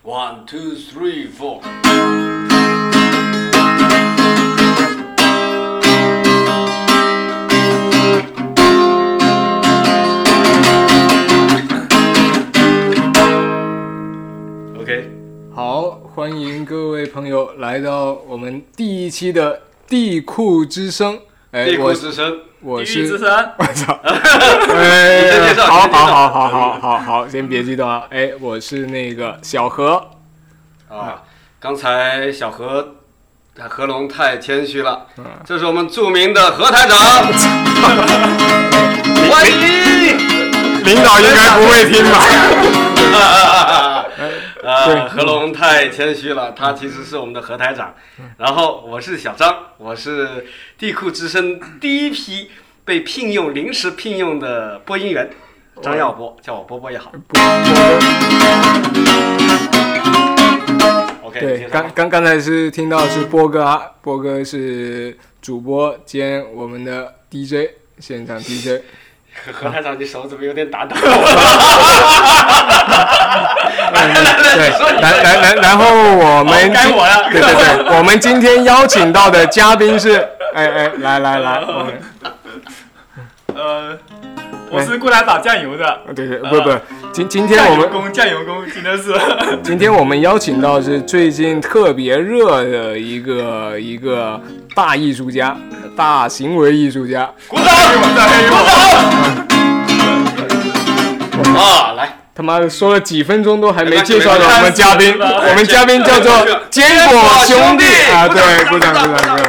1, 2, 3, 4。OK， 好，欢迎各位朋友来到我们第一期的地库之声。 地库之声， 我是地狱之声。 我操！好，先别激动啊！我是那个小何。 刚才小何龙太谦虚了，这是我们著名的何台长，欢迎。 领导应该不会听吧？ 何龙太谦虚了，他其实是我们的何台长。然后我是小张，我是地库之声第一批被临时聘用的播音员，张耀波，叫我波波也好。OK， 对，刚才是听到是波哥啊，波哥是主播兼我们的 DJ， 现场 DJ。 何台长，你手怎么有点打抖？对， 然后我们该我了。 对，我们今天邀请到的嘉宾是，来， 我是过来打酱油的。 对，不，今天我们酱油工真的是。 今天我们邀请到是最近特别热的一个大艺术家，大行为艺术家。 鼓掌！来， 他妈的说了几分钟都还没介绍到我们嘉宾，我们嘉宾叫做坚果兄弟啊！对，鼓掌！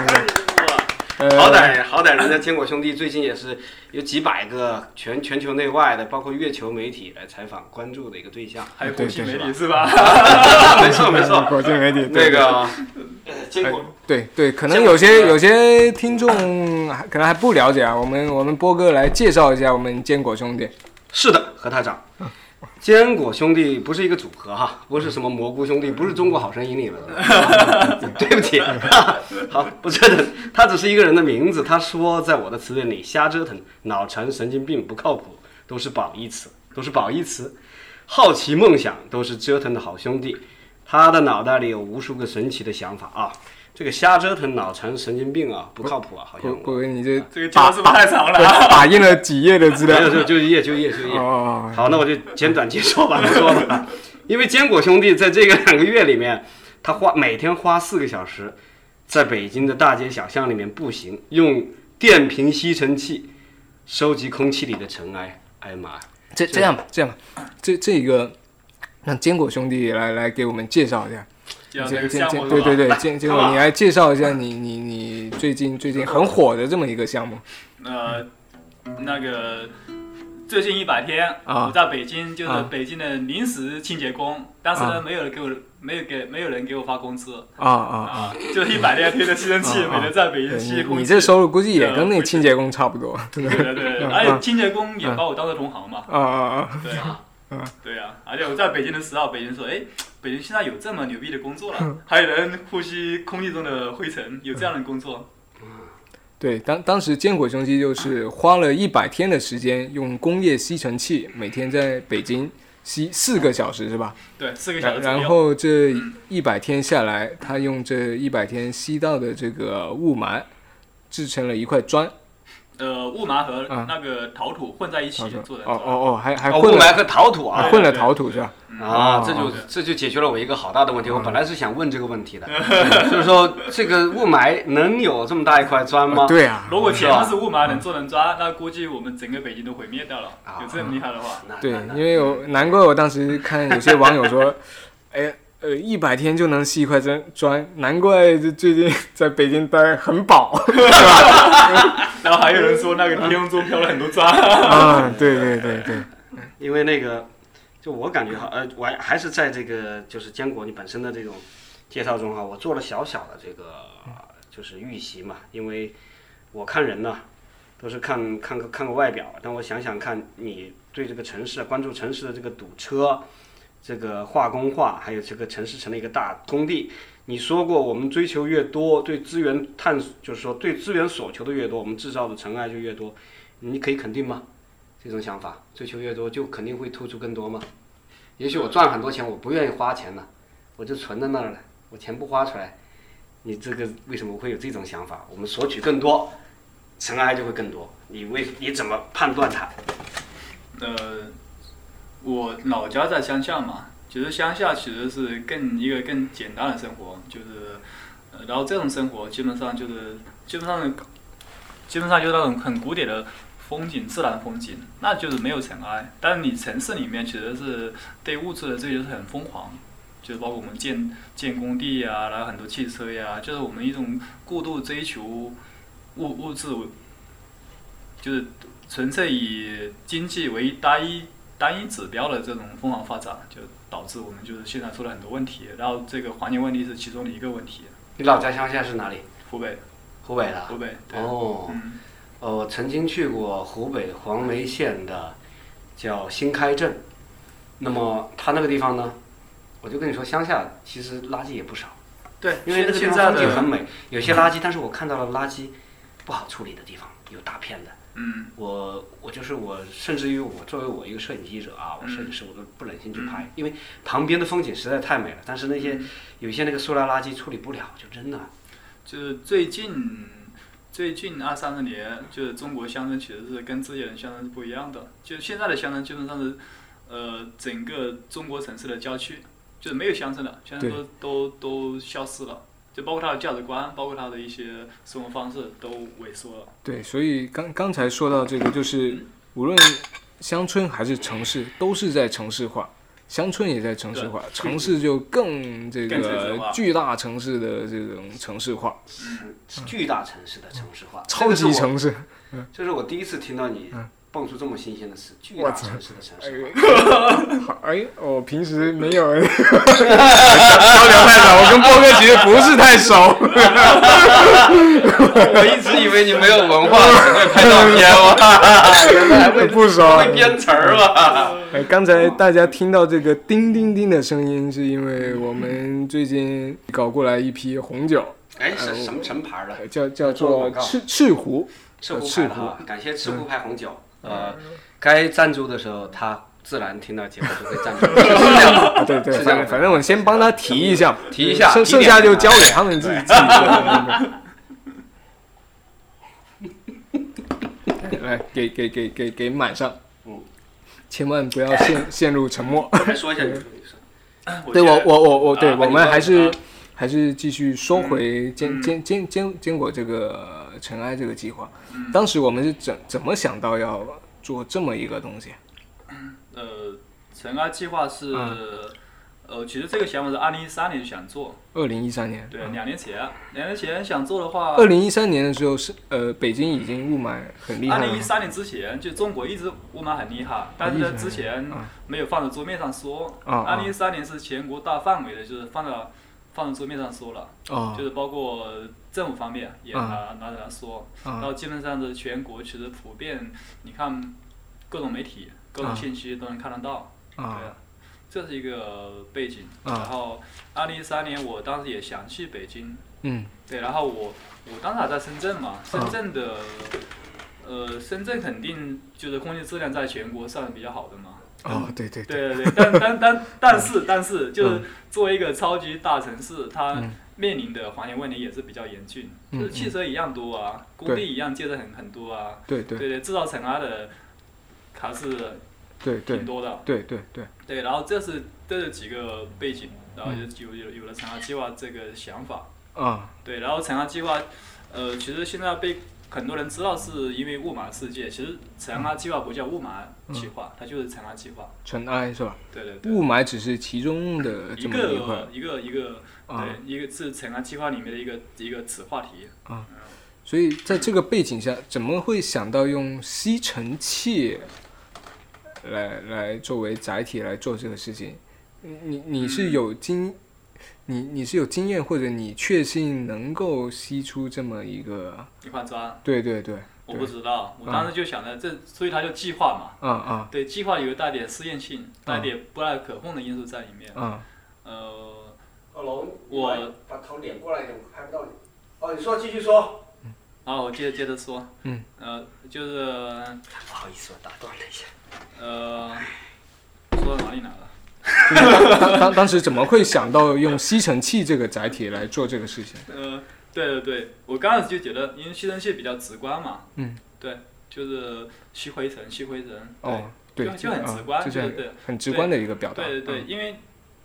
好歹人家坚果兄弟最近也是有几百个全球内外的，包括月球媒体来采访关注的一个对象， 还有国际媒体是吧？ 没错， 国际媒体那个坚果。 对，可能有些听众可能还不了解啊，我们波哥来介绍一下我们坚果兄弟。 是的，何台长。坚果兄弟不是一个组合哈，不是什么蘑菇兄弟，不是中国好声音里面的。对不起，好，不折腾，他只是一个人的名字。他说，在我的词典里，瞎折腾、脑残、神经病、不靠谱，都是褒义词。好奇、梦想都是折腾的好兄弟。他的脑袋里有无数个神奇的想法啊。这个瞎折腾、脑残、神经病啊，不靠谱啊，好像。 不，你这个介绍是不是太长了？ 打印了几页的资料。 就一页。好，那我就简短介绍吧，不说了。因为坚果兄弟在这个2个月里面，他每天花4个小时，在北京的大街小巷里面步行，用电瓶吸尘器收集空气里的尘埃。哎呀妈！ 这样吧，这个让坚果兄弟来给我们介绍一下。对，坚果，你来介绍一下你最近很火的这么一个项目。 那个最近100天，我在北京，就是北京的临时清洁工，但是呢，没有人给我发工资就100天推着吸尘器，每天在北京吸空气。 你这收入估计也跟那清洁工差不多。 对，而且清洁工也把我当成同行嘛。对啊，而且我在北京的时候，北京说，北京现在有这么牛逼的工作了，还有人呼吸空气中的灰尘，有这样的工作。 对，当时坚果兄弟就是花了100天的时间，用工业吸尘器每天在北京吸4个小时，是吧？ 对，4个小时。 然后这100天下来，他用这100天吸到的这个雾霾，制成了一块砖。 雾霾和那个陶土混在一起做的。 还混了雾霾和陶土啊， 混了陶土是吧？ 这就解决了我一个好大的问题。我本来是想问这个问题的，就是说这个雾霾能有这么大一块砖吗？ 对啊， 如果前面是雾霾能做成砖，那估计我们整个北京都毁灭掉了。有这么厉害的话， 对，因为难怪我当时看有些网友说，100天就能吸一块砖，难怪最近在北京待很饱，对吧？ 然后还有人说那个天空中飘了很多砖。 对。 因为那个，就我感觉我还是在这个就是坚果你本身的这种介绍中我做了小小的这个就是预习嘛，因为我看人呢都是看个外表，但我想想看你对这个城市关注城市的这个堵车。这个化工化，还有这个城市成了一个大工地。你说过，我们追求越多，对资源就是说对资源所求的越多，我们制造的尘埃就越多。你可以肯定吗？这种想法，追求越多就肯定会突出更多吗？也许我赚很多钱，我不愿意花钱呢， 我就存在那儿了，我钱不花出来，你这个为什么会有这种想法？我们索取更多，尘埃就会更多。你怎么判断它？ 我老家在乡下嘛，其实乡下其实是一个更简单的生活，就是然后这种生活基本上就是那种很古典的风景，自然风景，那就是没有尘埃。但是你城市里面其实是对物质的追求是很疯狂，就是包括我们建工地呀，然后很多汽车呀，就是我们一种过度追求物质，就是纯粹以经济为单一指标的这种疯狂发展，就导致我们就是现在出了很多问题。然后这个环境问题是其中的一个问题。 你老家乡下是哪里？ 湖北。 湖北的。 湖北。对。 哦。我曾经去过湖北黄梅县的叫新开镇，那么它那个地方呢，我就跟你说，乡下其实垃圾也不少。 对。 因为那个地方风景很美，有些垃圾，但是我看到了垃圾不好处理的地方，有大片的。我甚至于我作为我一个摄影记者啊，我摄影师我都不忍心去拍，因为旁边的风景实在太美了。但是有些那个塑料垃圾处理不了，就真的。 就是最近20-30年，就是中国乡村其实是跟之前的乡村是不一样的。就现在的乡村基本上是整个中国城市的郊区，就是没有乡村了，乡村都消失了。就包括他的价值观，包括他的一些生活方式都萎缩了。 对，所以刚才说到这个，就是无论乡村还是城市，都是在城市化，乡村也在城市化，城市就更这个巨大城市的这种城市化。 巨大城市的城市化， 超级城市。 这是我第一次听到你蹦出这么新鲜的词，巨大城市的城市化。我平时没有交流太少，我跟波哥其实不是太熟。 我一直以为你没有文化，只会拍照片哇，原来还会不熟， 会编词儿哇。 刚才大家听到这个叮叮叮的声音，是因为我们最近搞过来一批红酒。 是什么牌的？ 叫做赤湖。 赤湖牌的哈，感谢赤湖牌红酒。该赞助的时候，他自然听到节目就会赞助。 对，是这样。反正我先帮他提一下，剩下就交给他们自己做。来，给满上。千万不要陷入沉默。 来说一下你的对我们还是继续说回坚果这个尘埃这个计划。当时我们是怎么想到要做这么一个东西？ 尘埃计划是其实这个想法是2013年就想做。 2013年。 对，2年前想做的话。 2013年的时候是北京已经雾霾很厉害了。 2013年之前，就中国一直雾霾很厉害，但是之前没有放在桌面上说。2013年是全国大范围的，就是放在桌面上说了，就是包括政府方面也拿着来说，然后基本上是全国其实普遍，你看各种媒体、各种信息都能看得到，对，这是一个背景。然后2013年我当时也想去北京，对，然后我当时还在深圳嘛，深圳肯定就是空气质量在全国算比较好的嘛。 对， 但是就是作为一个超级大城市，它面临的环境问题也是比较严峻，就是汽车一样多啊，工地一样建设很多啊，对，制造尘埃的还是挺多的，对，然后这是几个背景，然后有了尘埃计划这个想法，对，然后尘埃计划，其实现在被很多人知道是因为雾霾事件，其实尘埃计划不叫雾霾计划，它就是尘埃计划。 尘埃是吧？ 对。 雾霾只是其中的这么一块。 对，一个是尘埃计划里面的一个子话题。 所以在这个背景下，怎么会想到用吸尘器来作为载体来做这个事情？你是有你是有经验，或者你确信能够吸出这么一块砖？ 对。 我不知道，我当时就想着所以它就计划嘛。对，计划有带点试验性，带点不太可控的因素在里面。 我把头脸过来一点，我看不到你。你说继续说。 我接着说。就是不好意思，我打断了一下。 说到哪里来了？ 当时怎么会想到用吸尘器这个载体来做这个事情？ 对，我刚开始就觉得，因为吸尘器比较直观嘛，对，就是吸灰尘，对，就很直观，对， 很直观的一个表达。 对，因为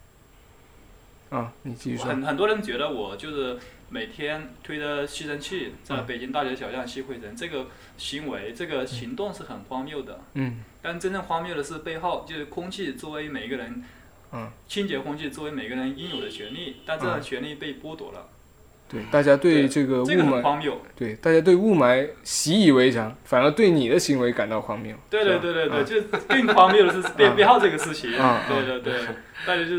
你继续说。 很多人觉得我就是每天推着吸尘器在北京大街小巷吸灰尘，这个行为、这个行动是很荒谬的。但真正荒谬的是背后，就是空气作为每个人，清洁空气作为每个人应有的权利，但这样权利被剥夺了。 对，大家对这个雾霾， 很荒谬。 对，大家对雾霾习以为常，反而对你的行为感到荒谬。 对，就更荒谬的是背后这个事情。对，大家就是，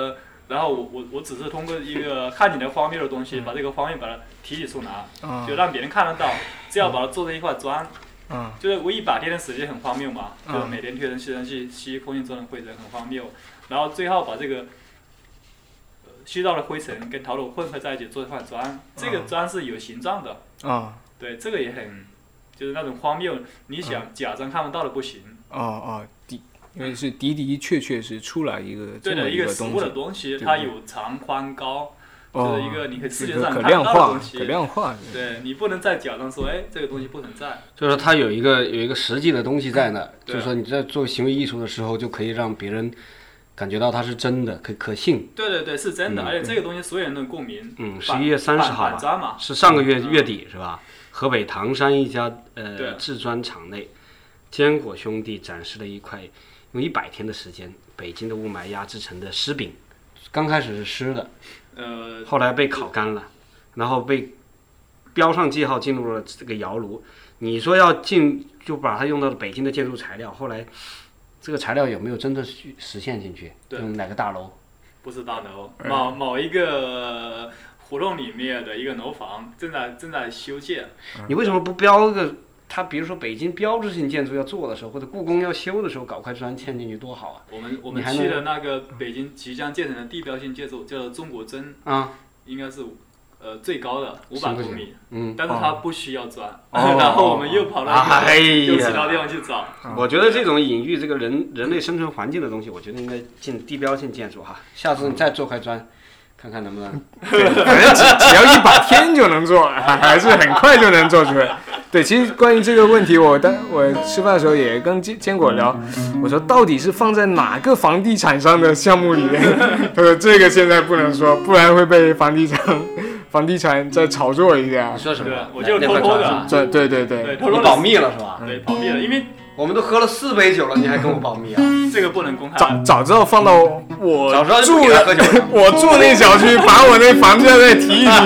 然后我只是通过一个看起来荒谬的东西，把这个荒谬把它提取出来，就让别人看得到，只要把它做成一块砖。就是我100天的时间很荒谬嘛，就是每天推着吸尘器吸空气中的灰尘很荒谬，然后最后把这个吸到的灰尘跟陶土混合在一起做一块砖，这个砖是有形状的。对，这个也很就是那种荒谬，你想假装看不到的不行。 因为是的确是出来一个这么一个实物的东西，它有长宽高。就是一个你可以视觉上看到的东西， 可量化。 对，你不能再假装说，这个东西不存在。 就是它有一个实际的东西在那，就是说你在做行为艺术的时候，就可以让别人感觉到它是真的，可信。 对，是真的，而且这个东西所有人都共鸣。 11月30号吧，是上个月月底是吧？河北唐山一家制砖厂内，坚果兄弟展示了一块用100天的时间，北京的雾霾压制成的湿饼。刚开始是湿的。后来被烤干了，然后被标上记号进入了这个窑炉。你说要进，就把它用到了北京的建筑材料。后来这个材料有没有真的实现进去？用哪个大楼？ 不是大楼，某一个胡同里面的一个楼房正在修建。 你为什么不标个？它比如说北京标志性建筑要做的时候，或者故宫要修的时候，搞块砖嵌进去多好啊！ 我们去的那个北京即将建成的地标性建筑叫做中国针，应该是最高的500多米，但是它不需要砖，然后我们又跑到又其他地方去找。 我觉得这种隐喻这个人类生存环境的东西，我觉得应该进地标性建筑哈。下次你再做块砖。看看能不能， 反正只要100天就能做，还是很快就能做出来。对，其实关于这个问题，我吃饭的时候也跟坚果聊，我说到底是放在哪个房地产商的项目里面？他说这个现在不能说，不然会被房地产再炒作一下。 你说什么？ 我就偷偷的。 对， 你保密了是吧？ 对，保密了，因为我们都喝了4杯酒了，你还跟我保密啊？ 这个不能公开。 早知道放到我住那小区，把我那房价再提一提。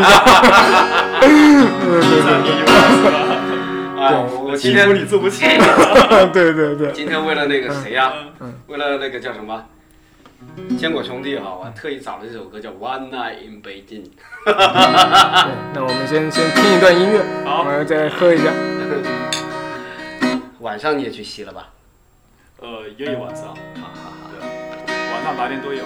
我今天你住不起。 对。 今天为了那个谁呀？为了那个叫什么？坚果兄弟哈，我特意找了这首歌叫《One Night in Beijing》。 那我们先听一段音乐，我们再喝一下。 晚上你也去吸了吧？ 也有晚上，好，对，晚上白天都有。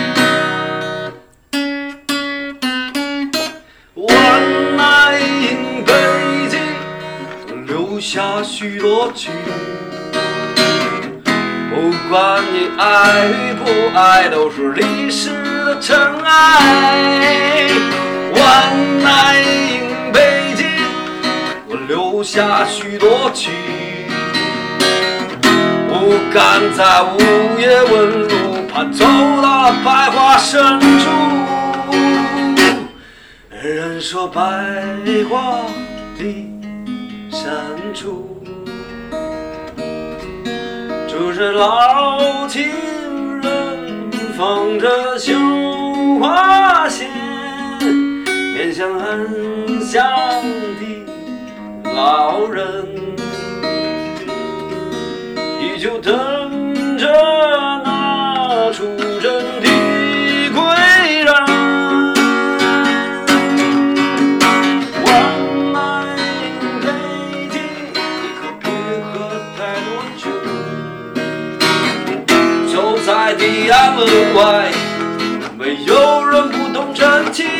One night in 北京，留下许多情。不管你爱与不爱，都是历史的尘埃。One night in 北京，我留下许多情。不敢在午夜问路，怕走到百花深处。人说百花的深处，住着老情人，放着绣花线，面向很乡的老人。依旧等着那出征的归人。One night in 北京，你可别喝太多酒。走在地安门外，没有人不懂真情。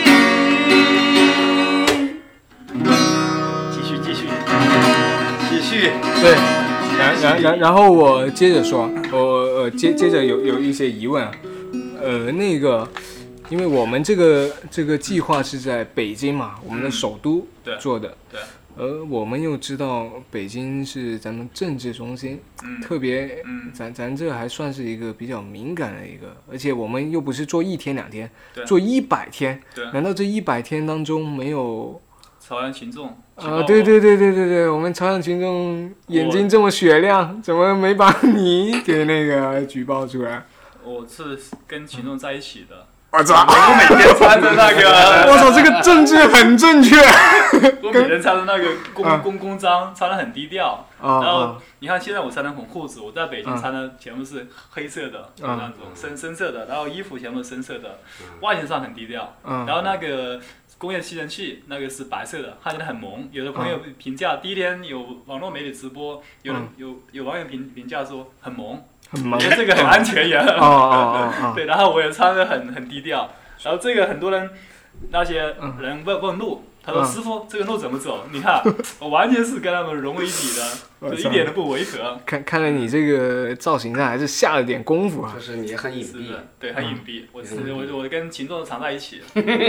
继续。 对。然后我接着说，我接着有一些疑问啊， 那个，因为我们这个计划是在北京嘛，我们的首都做的。 对。 我们又知道北京是咱们政治中心，特别，咱这还算是一个比较敏感的一个，而且我们又不是做1天2天，做100天，难道这100天当中没有朝阳群众？ 对，我们朝阳群众眼睛这么雪亮，怎么没把你给那个举报出来？ 我是跟群众在一起的。 我操！ 我每天穿着那个， 我操，这个政治很正确。 我每天穿着那个公章，穿得很低调。然后你看现在我穿的红裤子，我在北京穿的全部是黑色的，那种深色的，然后衣服全部深色的，外形上很低调。然后那个工业吸尘器那个是白色的，看起来很萌。有的朋友评价，第一天有网络媒体直播，有网友评价说很萌。我觉得这个很安全呀。对，然后我也穿得很低调，然后这个很多人那些人问路，他说师傅这个路怎么走？你看我完全是跟他们融为一体的，就一点都不违和。 看来你这个造型上还是下了点功夫啊。 就是你很隐蔽。 对，很隐蔽。我跟群众常在一起。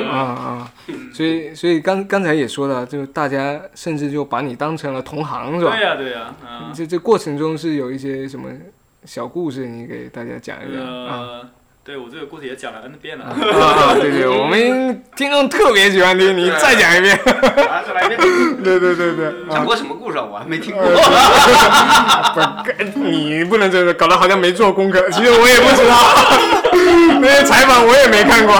所以刚才也说了，就大家甚至就把你当成了同行是吧？ 对呀。 这过程中是有一些什么小故事，你给大家讲一讲。 对，我这个故事也讲了 N 遍了。 对，我们听众特别喜欢听，你再讲一遍。 再来一遍。 对。 讲过什么故事啊？我还没听过。 你不能这样，搞得好像没做功课。其实我也不知道，那些采访我也没看过。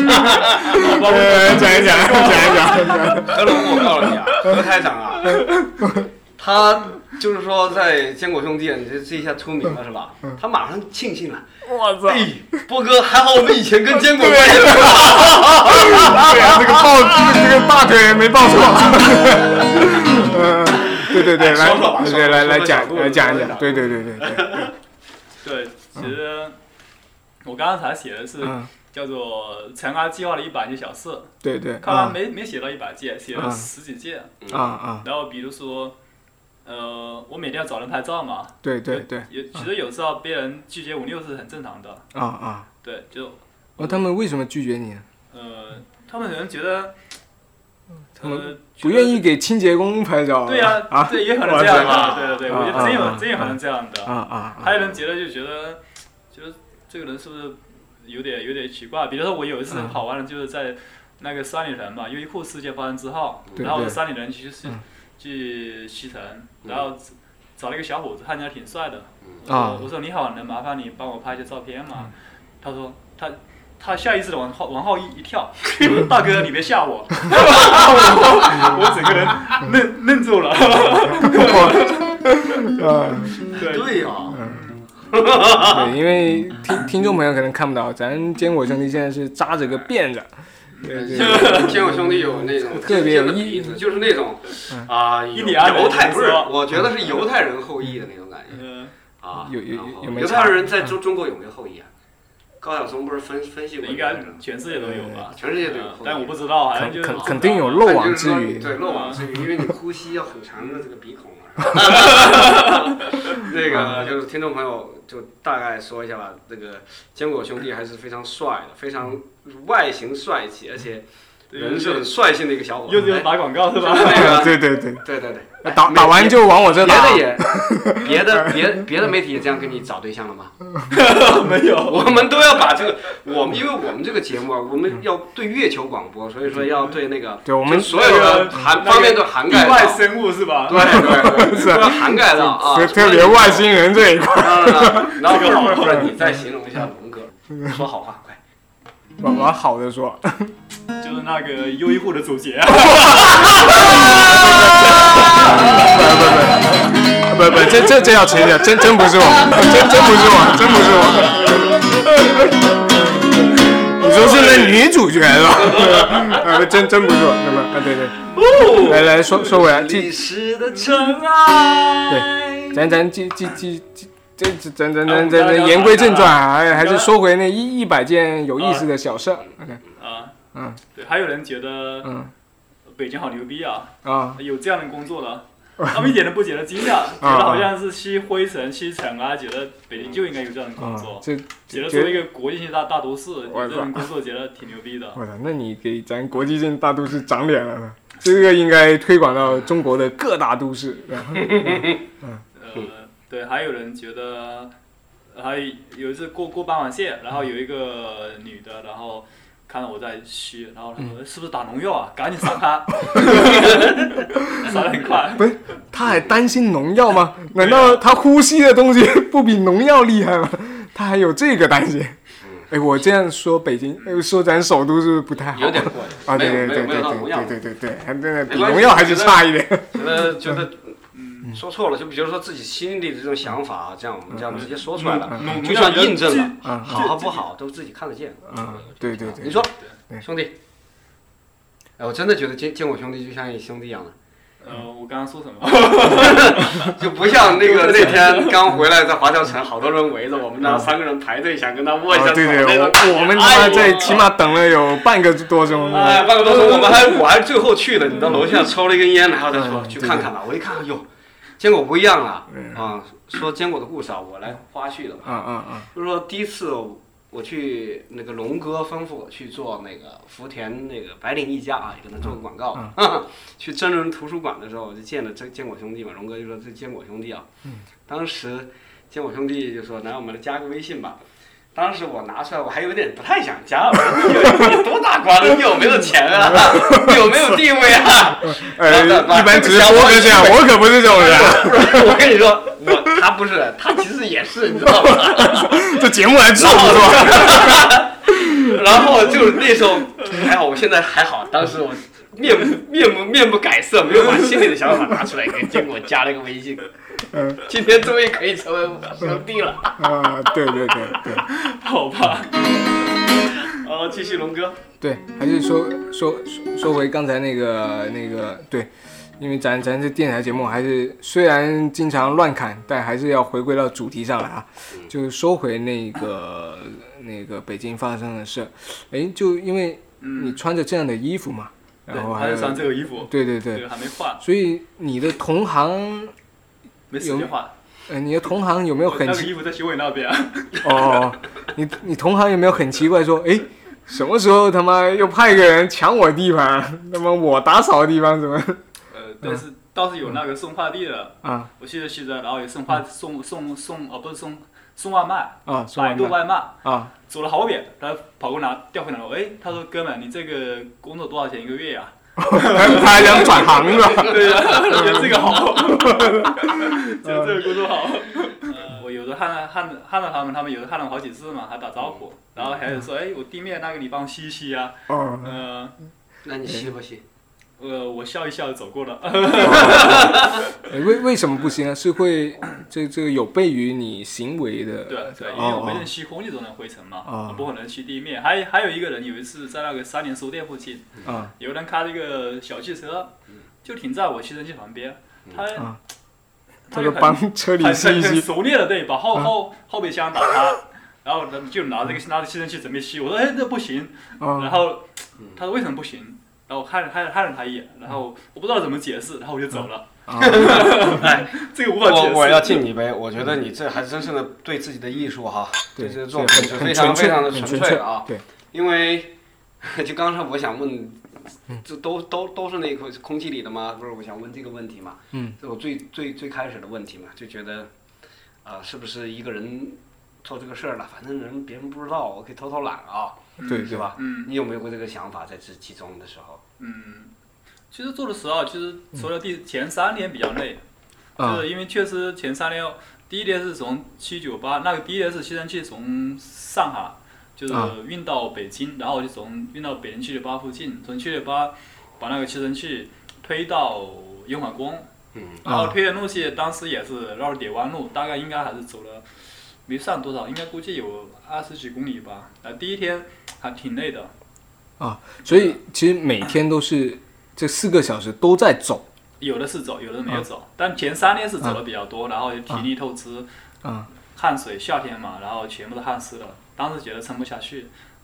讲一讲。 何龙，我告诉你啊，何台长啊，他就是说在坚果兄弟，你这一下出名了是吧？他马上庆幸了。 我操！ 波哥，还好我们以前跟坚果关系。 对啊，这个大腿没抱错。对，来讲一讲。对。 对，其实我刚才写的是叫做《尘埃计划的100件小事》。 对。 看来没写到100件，写了10几件。然后比如说。我每天要找人拍照嘛。 对。 其实有时候别人拒绝56是很正常的。对，就。 他们为什么拒绝你？ 他们可能觉得。 他们不愿意给清洁工拍照。 对呀，对，也可能这样的。对，我觉得真有可能这样的。还有人觉得这个人是不是有点奇怪？比如说我有一次很好玩的，就是在那个三里屯嘛，优衣库事件发生之后，然后三里屯其实是。去西城，然后找了一个小伙子，看起来挺帅的。我说你好，能麻烦你帮我拍些照片吗？他说他下意识的往后一跳，大哥你别吓我。我整个人愣住了。 对呀。 对，因为听众朋友可能看不到，咱坚果兄弟现在是扎着个辫子。 坚果兄弟有那种特别有意思，就是那种犹太不是，我觉得是犹太人后裔的那种感觉。 有没有？ 犹太人在中国有没有后裔啊？高晓松不是分析过？ 应该全世界都有吧？ 全世界都有后裔， 但我不知道， 肯定有漏网之鱼。 对，漏网之鱼，因为你呼吸要很长的这个鼻孔。那个就是听众朋友就大概说一下吧，这个坚果兄弟还是非常帅的，非常外形帅气，而且人是很率性的一个小伙子。 又打广告是吧？ 对，打完就往我这打。 别的媒体也这样跟你找对象了吗？ 没有， 我们都要把这个因为我们这个节目啊，我们要对月球广播，所以说要对那个对我们所有的方面都涵盖到。 意外生物是吧？ 对，是涵盖到啊， 特别外星人这一块。 然后或者你再形容一下龙哥，说好话快。 往好的说。 就是那个优衣库的主角。 不，这要切掉，真不是我，真不是我。你说是那女主角是吧？真不是我，那么对。来说回来， 历史的尘埃。 对，咱言归正传，还是说回那100件有意思的小事。 对，还有人觉得北京好牛逼啊！有这样的工作的。 他们一点都不觉得惊讶，觉得好像是吸灰尘、吸尘啊，觉得北京就应该有这样的工作，觉得作为一个国际性大都市，有这种工作觉得挺牛逼的。 我操，那你给咱国际性大都市长脸了呢？这个应该推广到中国的各大都市。 对，还有人觉得，还有一次过斑马线，然后有一个女的，然后看到我在吸，然后她说是不是打农药啊？赶紧闪开，闪得很快。 不是，他还担心农药吗？难道他呼吸的东西不比农药厉害吗？他还有这个担心？哎，我这样说北京，说咱首都是不是不太好？ 有点过啊， 对，那比农药还是差一点。 觉得说错了，就比如说自己心里的这种想法啊，这样我们这样直接说出来了，就像印证了，好和不好都自己看得见。 对， 你说，兄弟，哎，我真的觉得坚果兄弟就像一兄弟一样的。 我刚刚说什么？ 就不像那天刚回来在华侨城，好多人围着我们那3个人排队想跟他握一下手。 对，我们他妈在起码等了有半个多钟。 半个多钟，我还最后去了，你到楼下抽了一根烟，然后再说去看看吧。我一看，哟，坚果不一样了啊！说坚果的故事啊，我来花絮的嘛。就是说第一次我去那个龙哥吩咐我去做那个福田那个白领一家啊，也跟他做个广告。去真人图书馆的时候，我就见了这坚果兄弟嘛，龙哥就说这坚果兄弟啊。当时坚果兄弟就说：“来，我们来加个微信吧。”当时我拿出来，我还有点不太想加。你多大官了？你有没有钱啊？你有没有地位啊？ 一般直播就这样，我可不是这种人。 我跟你说，他不是，他其实也是，你知道吗？ 这节目还做不做？ 然后就那时候还好，我现在还好。当时我面不改色，没有把心里的想法拿出来，给坚果加了一个微信。今天终于可以成为兄弟了。 对， 好吧。继续龙哥。 对，还是说回刚才那个对，因为咱这电台节目还是虽然经常乱砍，但还是要回归到主题上来啊。就是说回那个北京发生的事，就因为你穿着这样的衣服嘛，然后还是穿这个衣服。 对， 还没换。 所以你的同行。 没时间换。 你的同行有没有很那个衣服在修伟那边。 你同行有没有很奇怪说，什么时候他妈又派一个人抢我地盘？他妈我打扫的地方怎么？ 但是倒是有那个送快递的。我吸着，然后也送外卖。百度外卖。走了好远，他跑过来调回来了。他说哥们，你这个工作多少钱一个月呀？ 他还想转行是吧？ 对呀，觉得这个好，觉得这个工作好。我有的看到他们有的看了好几次嘛，还打招呼，然后还有说，我地面那个你帮我吸一吸啊。 那你吸不吸？ 我笑一笑走过了。 为什么不行呢？是会这个有悖于你行为的。 对，因为我没人吸空气中的灰尘嘛，不可能吸地面。还有一个人有一次在那个3联书店附近，有人开了一个小汽车，就停在我吸尘器旁边， 他就帮车里吸一吸， 很熟练的对，把后备箱打开，然后就拿着吸尘器准备吸。我说这不行，然后他说为什么不行？然后我看了他一眼，然后我不知道怎么解释，然后我就走了。这个无法解释。 我要敬你一杯，我觉得你这还真是对自己的艺术哈，对这个作品是非常非常的纯粹啊。 对， 因为就刚才我想问，这都是那个空气里的吗？不是，我想问这个问题嘛。这我最开始的问题嘛，就觉得是不是一个人做这个事儿了，反正别人不知道，我可以偷偷懒啊。 对， 是吧？你有没有过这个想法在其中的时候？ 其实做的时候，其实除了前3年比较累，就是因为确实前3年，第一年是从798，那个第一年是吸尘器从上海就是运到北京，然后就运到北京798附近，从798把那个吸尘器推到雍和宫，然后推的路线当时也是绕着铁弯路，大概应该还是走了。没上多少，应该估计有20几公里吧。第一天还挺累的。 所以其实每天都是这4个小时都在走。 有的是走，有的没有走。但前3天是走的比较多，然后体力透支，汗水，夏天嘛，然后全部都汗湿了。当时觉得撑不下去，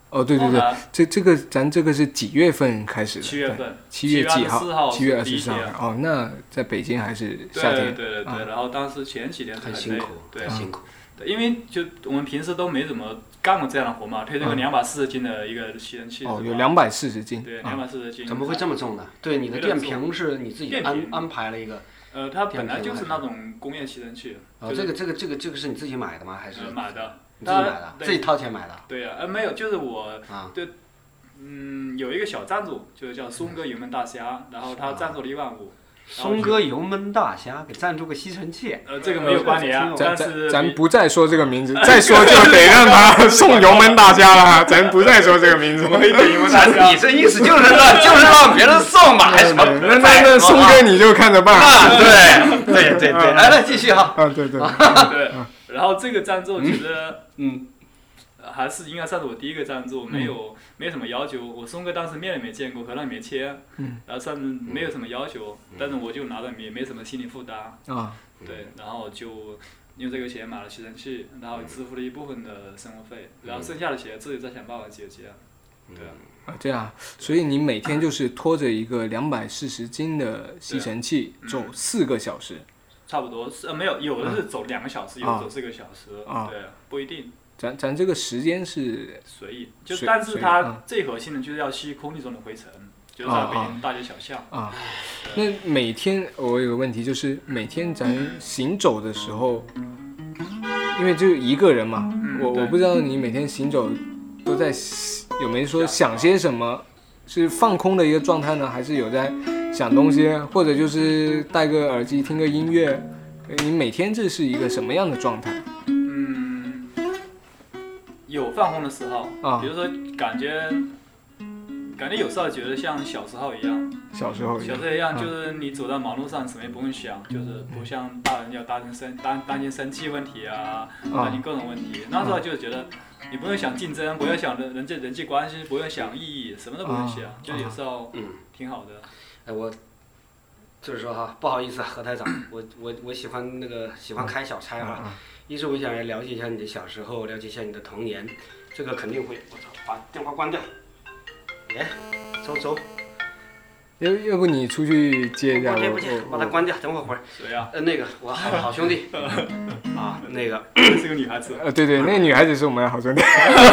哦，对对对，这个咱这个是几月份开始的 ？7月份 ，7月几号 ？7月24号。哦，那在北京还是夏天。 对，然后当时前几天很辛苦， 对， 辛苦。 对，因为就我们平时都没怎么干过这样的活嘛，推这个240斤的一个吸尘器。 哦，有240斤。 对，240斤。 怎么会这么重呢？对，你的电瓶是你自己安排了一个。 它本来就是那种工业吸尘器。 哦，这个是你自己买的吗？还是？ 买的。 你自己买的，自己掏钱买的。 对呀，没有，就是我，对，有一个小赞助，就是叫松哥油焖大虾，然后他赞助了1.5万。 松哥油焖大虾给赞助个吸尘器， 这个没有关联啊。 咱不再说这个名字，再说就得让他送油焖大虾了。咱不再说这个名字。 我们给油焖大虾。 你这意思就是让别人送嘛，还是什么？ 那松哥你就看着办。 对，来继续哈。 对。 对，然后这个赞助其实，还是应该算是我第一个赞助，没有什么要求。我松哥当时面也没见过，合同也没签，然后算是没有什么要求，但是我就拿着也没什么心理负担。对，然后就用这个钱买了吸尘器，然后支付了一部分的生活费，然后剩下的钱自己再想办法解决。对啊。 这样，所以你每天就是拖着一个240斤的吸尘器走4个小时。 差不多没有，有的是走2个小时，有的走4个小时，对，不一定。 咱这个时间是随意，但是它最核心的就是要吸空气中的灰尘，就是在北京大街小巷。 那每天我有个问题，就是每天咱行走的时候，因为就一个人嘛，我不知道你每天行走都在有没有说想些什么，是放空的一个状态呢，还是有在想东西，或者就是戴个耳机听个音乐？你每天这是一个什么样的状态？ 有放空的时候，比如说感觉有时候觉得像小时候一样， 小时候一样，就是你走在马路上什么也不用想，就是不像大人要担心生气问题啊，担心各种问题。那时候就觉得你不用想竞争，不用想人际关系，不用想意义，什么都不用想，就有时候挺好的。 我就是说哈，不好意思啊，何台长，我喜欢开小差哈。一是我想来了解一下你的小时候，了解一下你的童年，这个肯定会。我操，把电话关掉。走。 要不你出去接一下？ 不接，把它关掉，等会儿。 谁呀？ 那个我好兄弟。那个是个女孩子。 对，那个女孩子是我们的好兄弟。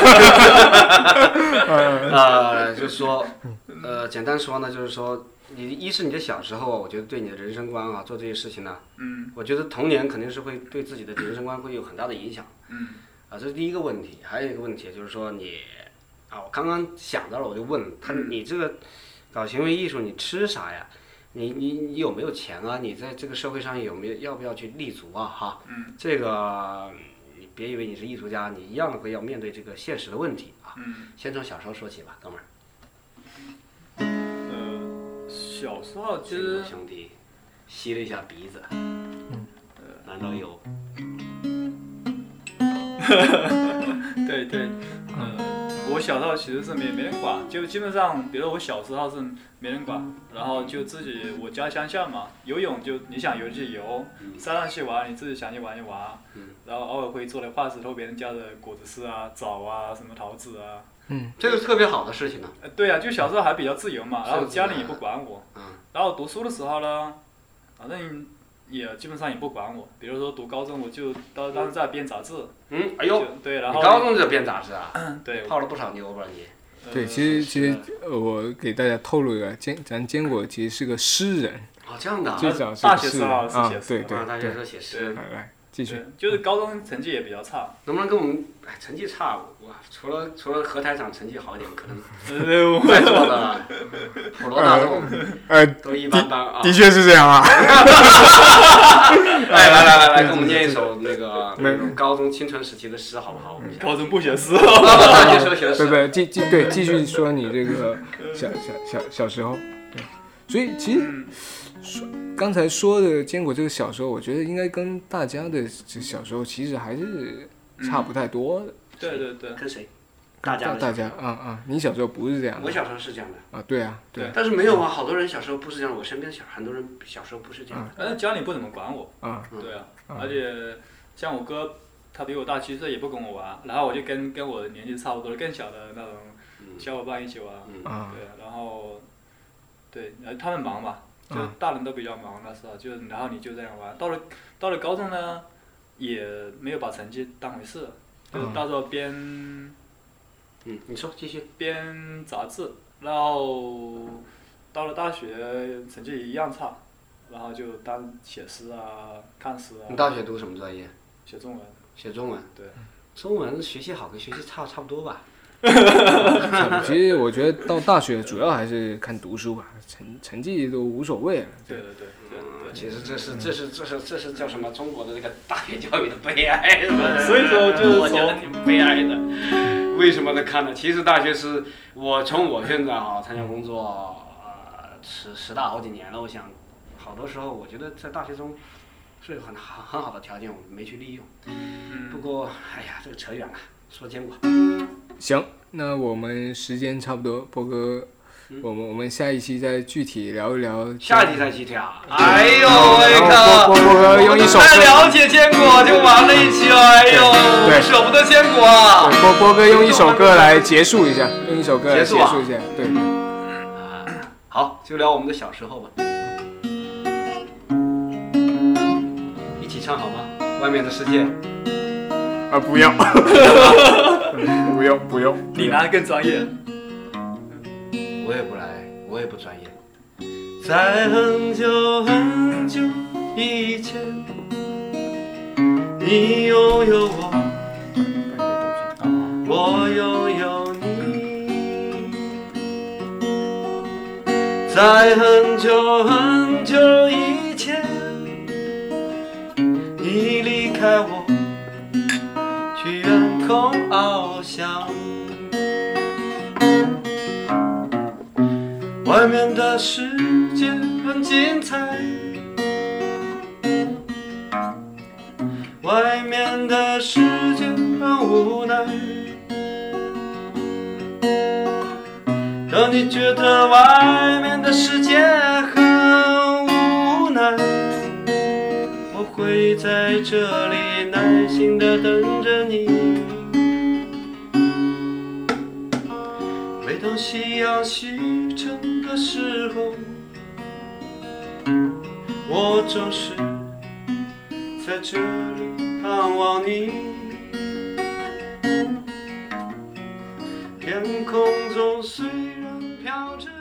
就是说，简单说呢，就是说。一是你的小时候，我觉得对你的人生观啊，做这些事情呢，我觉得童年肯定是会对自己的人生观会有很大的影响。这是第一个问题。还有一个问题就是说我刚想到了，我就问他，你这个搞行为艺术，你吃啥呀？你有没有钱啊？你在这个社会上要不要去立足啊？哈，这个你别以为你是艺术家，你一样的会要面对这个现实的问题啊。先从小时候说起吧，哥们儿。 小时候其实兄弟吸了一下鼻子，难道有？ 对，我小时候其实是没人管，就基本上，比如我小时候是没人管，然后就自己我家乡下嘛，游泳就你想游就游，山上去玩你自己想去玩就玩，然后偶尔会做点坏事，偷别人家的果子吃啊、枣啊、什么桃子啊。 这个是特别好的事情呢。 对啊，就小时候还比较自由嘛，然后家里也不管我。然后读书的时候呢，反正也基本上也不管我。比如说读高中，我就当时在编杂志。 哎呦。 对，然后。 你高中就编杂志啊？ 对。 泡了不少妞吧你？ 对，其实我给大家透露一个，咱坚果其实是个诗人。 这样的啊。 最早是大学时候是写诗。 对。 大学时候写诗。 来。继续， 就是高中成绩也比较差。 能不能跟我们？成绩差，除了何台长成绩好一点，可能在座的普罗大众都一般般啊。 的确是这样啊。 来，给我们念一首那个高中青春时期的诗，好不好？ 高中不写诗。 大学时候写的诗。 继续说你这个小时候。对，所以其实。刚才说的坚果这个小时候，我觉得应该跟大家的小时候其实还是差不太多的。 对。 跟谁？ 大家你小时候不是这样的。 我小时候是这样的。 对啊。 但是没有啊，好多人小时候不是这样，我身边很多人小时候不是这样。 但是家里不怎么管我。对啊。而且像我哥， 他比我大7岁，也不跟我玩，然后我就跟我年纪差不多的更小的那种小伙伴一起玩，对，然后对，他们忙嘛，就大人都比较忙那时候，然后你就这样玩，到了高中呢，也没有把成绩当回事，就是到时候你说继续。 编杂志，然后到了大学成绩一样差，然后就当写诗啊、看诗啊。 你大学读什么专业？ 写中文。 写中文。 对。 中文学习好跟学习差不多吧。 其实我觉得到大学主要还是看读书吧，成绩都无所谓了。 对。 其实这是叫什么？中国的这个大学教育的悲哀， 所以说就是我觉得挺悲哀的。为什么呢？看呢？其实大学是从我现在参加工作10大好几年了，我想好多时候我觉得在大学中是有很好的条件，我没去利用。不过哎呀，这个扯远了，说坚果。 行，那我们时间差不多，波哥。我们下一期再具体聊一聊。 下一期再具体啊！哎呦喂靠！ 波哥用一首歌。 太了解坚果就完了一期了，哎呦，对，舍不得坚果啊！ 波哥用一首歌来结束一下，用一首歌来结束一下，对。 好，就聊我们的小时候吧。一起唱好吗？外面的世界。 不要。不用。 你拿的更专业。 我也不专业。在很久很久以前，你拥有我，我拥有你。在很久很久以前，你离开我，去远空翱翔。外面的世界很精彩，外面的世界很无奈。当你觉得外面的世界很无奈，我会在这里耐心地等着你。每当夕阳西沉的时候，我总是在这里盼望你。天空中虽然飘着